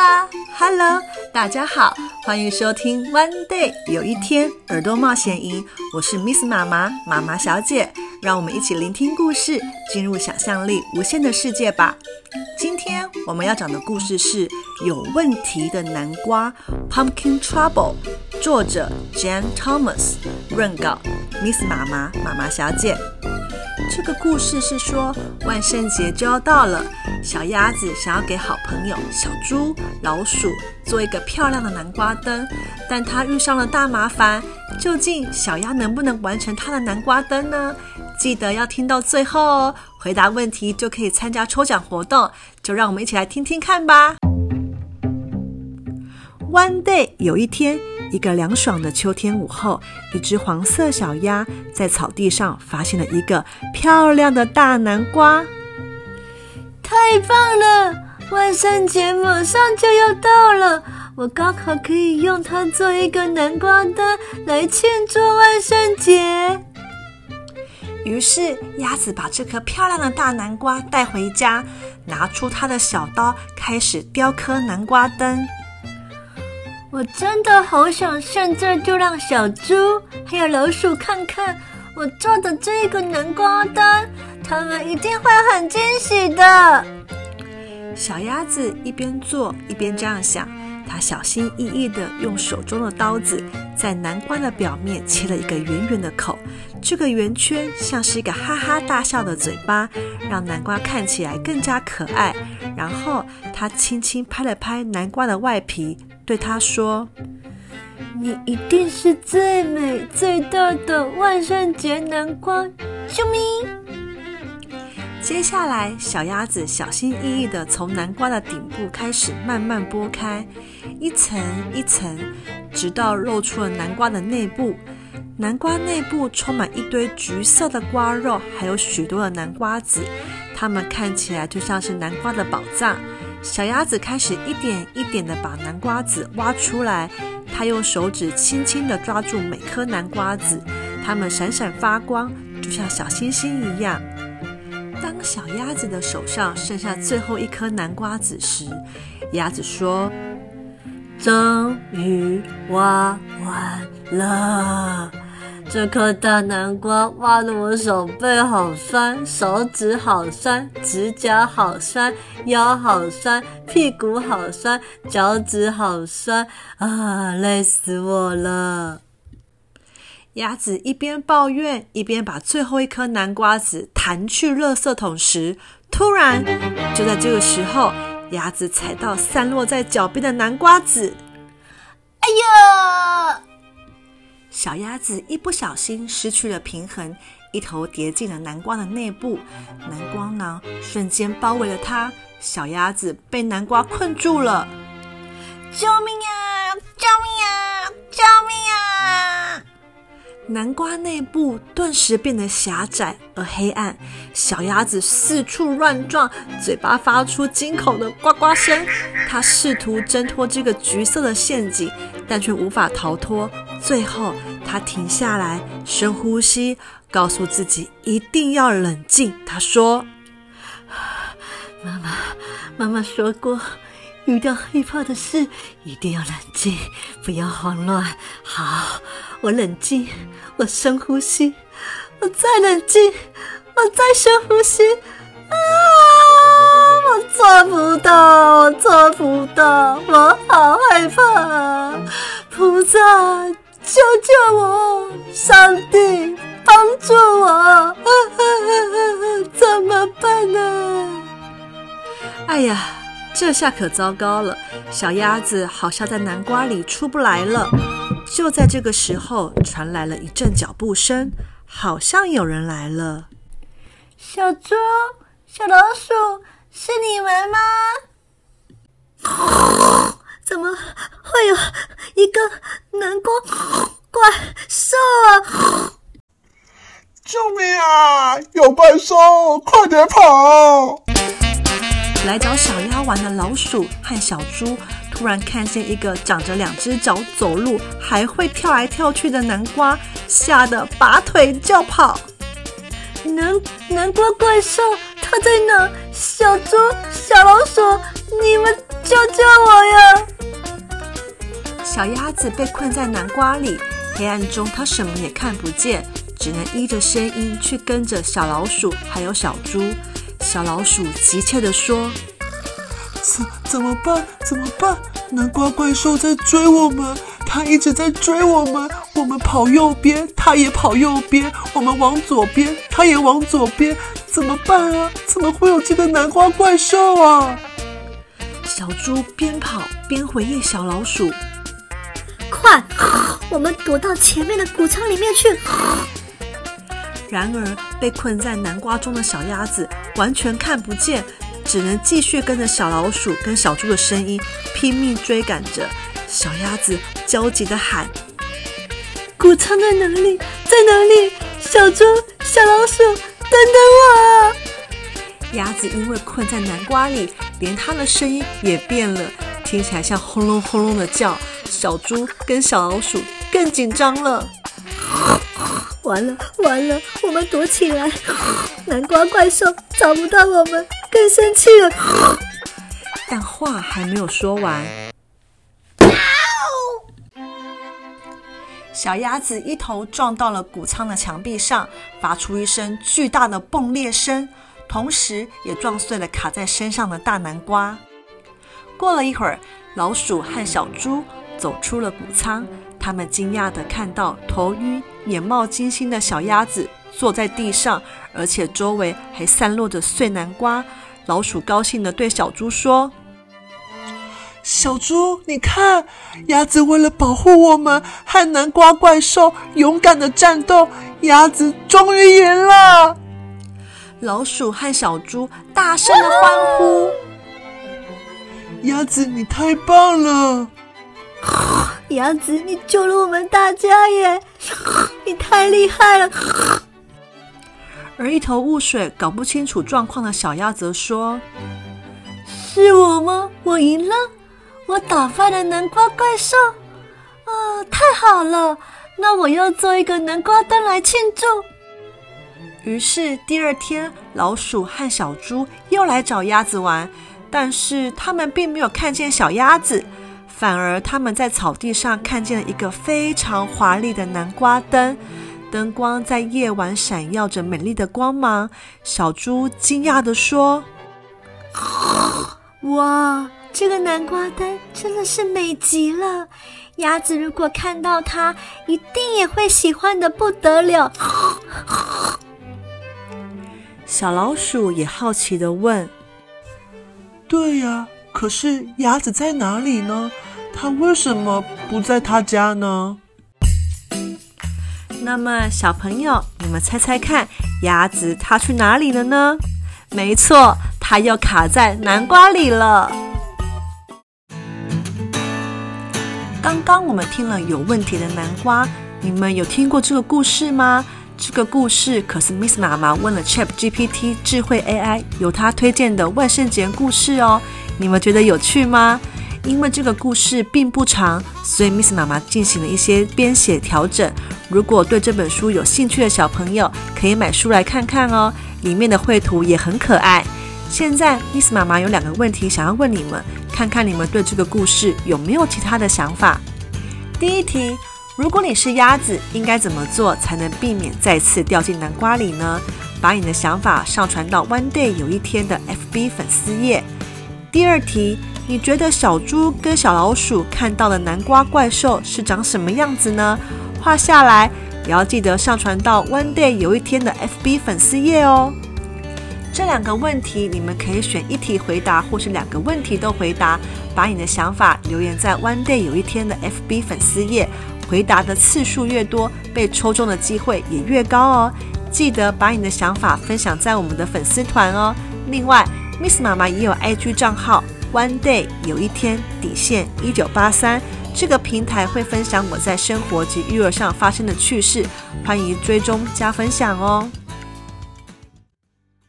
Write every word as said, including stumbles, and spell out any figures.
啦 Hello 大家好，欢迎收听 One Day 有一天耳朵冒险营，我是 Miss 妈妈妈妈小姐，让我们一起聆听故事，进入想象力无限的世界吧。今天我们要讲的故事是有问题的南瓜 Pumpkin Trouble， 作者 Jan Thomas， 润稿 Miss 妈妈妈妈小姐。这个故事是说万圣节就要到了，小鸭子想要给好朋友小猪、老鼠做一个漂亮的南瓜灯，但它遇上了大麻烦，究竟小鸭能不能完成它的南瓜灯呢？记得要听到最后哦，回答问题就可以参加抽奖活动，就让我们一起来听听看吧。One day 有一天，一个凉爽的秋天午后，一只黄色小鸭在草地上发现了一个漂亮的大南瓜。 太棒了！万圣节马上就要到了，我刚好可以用它做一个南瓜灯来庆祝万圣节。 于是鸭子把这颗漂亮的大南瓜带回家，拿出它的小刀，开始雕刻南瓜灯。 我真的好想现在就让小猪还有老鼠看看我做的这个南瓜灯，他们一定会很惊喜的。 小鸭子一边做一边这样想，它小心翼翼地用手中的刀子在南瓜的表面切了一个圆圆的口，这个圆圈像是一个哈哈大笑的嘴巴，让南瓜看起来更加可爱。然后它轻轻拍了拍南瓜的外皮，对它说： 你一定是最美最大的万圣节南瓜，啾咪！ 接下来小鸭子小心翼翼地从南瓜的顶部开始慢慢剥开，一层一层，直到露出了南瓜的内部。南瓜内部充满一堆橘色的瓜肉，还有许多的南瓜籽，它们看起来就像是南瓜的宝藏。小鸭子开始一点一点地把南瓜籽挖出来，它用手指轻轻地抓住每颗南瓜籽，它们闪闪发光，就像小星星一样。当小鸭子的手上剩下最后一颗南瓜籽时，鸭子说： 终于挖完了，这颗大南瓜挖得我手背好酸，手指好酸，指甲好酸，腰好酸，屁股好酸，脚趾好酸啊，累死我了。 鸭子一边抱怨，一边把最后一颗南瓜籽弹去垃圾桶时，突然就在这个时候，鸭子踩到散落在脚边的南瓜籽。 哎呀！ 小鸭子一不小心失去了平衡，一头跌进了南瓜的内部，南瓜囊瞬间包围了它，小鸭子被南瓜困住了。 救命啊！救命啊！救命啊！ 南瓜内部顿时变得狭窄而黑暗，小鸭子四处乱撞，嘴巴发出惊恐的呱呱声。它试图挣脱这个橘色的陷阱，但却无法逃脱。最后它停下来，深呼吸，告诉自己一定要冷静。它说： 妈妈妈妈说过，遇到害怕的事一定要冷静，不要慌乱。好，我冷静，我深呼吸，我再冷静，我再深呼吸。啊！我做不到，我做不到，我好害怕。菩萨，救救我！上帝，帮助我！啊啊啊、怎么办呢？ 哎呀！这下可糟糕了，小鸭子好像在南瓜里出不来了。就在这个时候，传来了一阵脚步声，好像有人来了。 小猪、小老鼠，是你们吗？怎么会有一个南瓜怪兽啊？ 救命啊！有怪兽，快点跑！ 来找小鸭玩的老鼠和小猪突然看见一个长着两只脚走路还会跳来跳去的南瓜，吓得拔腿就跑。 南南瓜怪兽它在哪？小猪、小老鼠，你们救救我呀！ 小鸭子被困在南瓜里，黑暗中它什么也看不见，只能依着声音去跟着小老鼠还有小猪。小老鼠急切地说： 怎怎么办？怎么办？南瓜怪兽在追我们，它一直在追我们。我们跑右边，它也跑右边；我们往左边，它也往左边。怎么办啊？怎么会有这个南瓜怪兽啊？ 小猪边跑边回应小老鼠： 快，我们躲到前面的谷仓里面去。 然而被困在南瓜中的小鸭子完全看不见，只能继续跟着小老鼠跟小猪的声音拼命追赶着。小鸭子焦急地喊： 谷仓在哪里？在哪里？小猪、小老鼠，等等我啊！ 鸭子因为困在南瓜里，连它的声音也变了，听起来像轰隆轰隆的叫。小猪跟小老鼠更紧张了。 完了完了，我们躲起来，南瓜怪兽找不到我们，更生气了。 但话还没有说完，小鸭子一头撞到了谷仓的墙壁上，发出一声巨大的崩裂声，同时也撞碎了卡在身上的大南瓜。过了一会儿，老鼠和小猪走出了谷仓，他们惊讶地看到头晕、眼冒金星的小鸭子坐在地上，而且周围还散落着碎南瓜。老鼠高兴地对小猪说： 小猪，你看，鸭子为了保护我们和南瓜怪兽勇敢的战斗，鸭子终于赢了。 老鼠和小猪大声的欢呼： 鸭子，你太棒了！ 鸭子，你救了我们大家耶！你太厉害了！ 而一头雾水、搞不清楚状况的小鸭则说： 是我吗？我赢了？我打败了南瓜怪兽？啊，太好了！那我要做一个南瓜灯来庆祝。 于是第二天，老鼠和小猪又来找鸭子玩，但是他们并没有看见小鸭子，反而他们在草地上看见了一个非常华丽的南瓜灯，灯光在夜晚闪耀着美丽的光芒。小猪惊讶地说： 哇，这个南瓜灯真的是美极了！鸭子如果看到它，一定也会喜欢的不得了。 小老鼠也好奇地问： 对呀，可是鸭子在哪里呢？它为什么不在他家呢？ 那么小朋友，你们猜猜看，鸭子它去哪里了呢？没错，它又卡在南瓜里了。刚刚我们听了有问题的南瓜，你们有听过这个故事吗？这个故事可是 Miss 妈妈问了 Chat G P T 智慧 A I， 由它推荐的万圣节故事哦。你们觉得有趣吗？因为这个故事并不长，所以 Miss 妈妈进行了一些编写调整。如果对这本书有兴趣的小朋友，可以买书来看看哦，里面的绘图也很可爱。现在 Miss 妈妈有两个问题想要问你们，看看你们对这个故事有没有其他的想法。第一题，如果你是鸭子，应该怎么做才能避免再次掉进南瓜里呢？把你的想法上传到 One Day 有一天的 F B 粉丝页。第二题，你觉得小猪跟小老鼠看到的南瓜怪兽是长什么样子呢？画下来，也要记得上传到 One Day 有一天的 F B 粉丝页哦。这两个问题你们可以选一题回答，或是两个问题都回答，把你的想法留言在 One Day 有一天的 F B 粉丝页，回答的次数越多，被抽中的机会也越高哦。记得把你的想法分享在我们的粉丝团哦。另外 Miss 妈妈也有 I G 账号 One Day 有一天底线一九八三，这个平台会分享我在生活及育儿上发生的趣事，欢迎追踪加分享哦。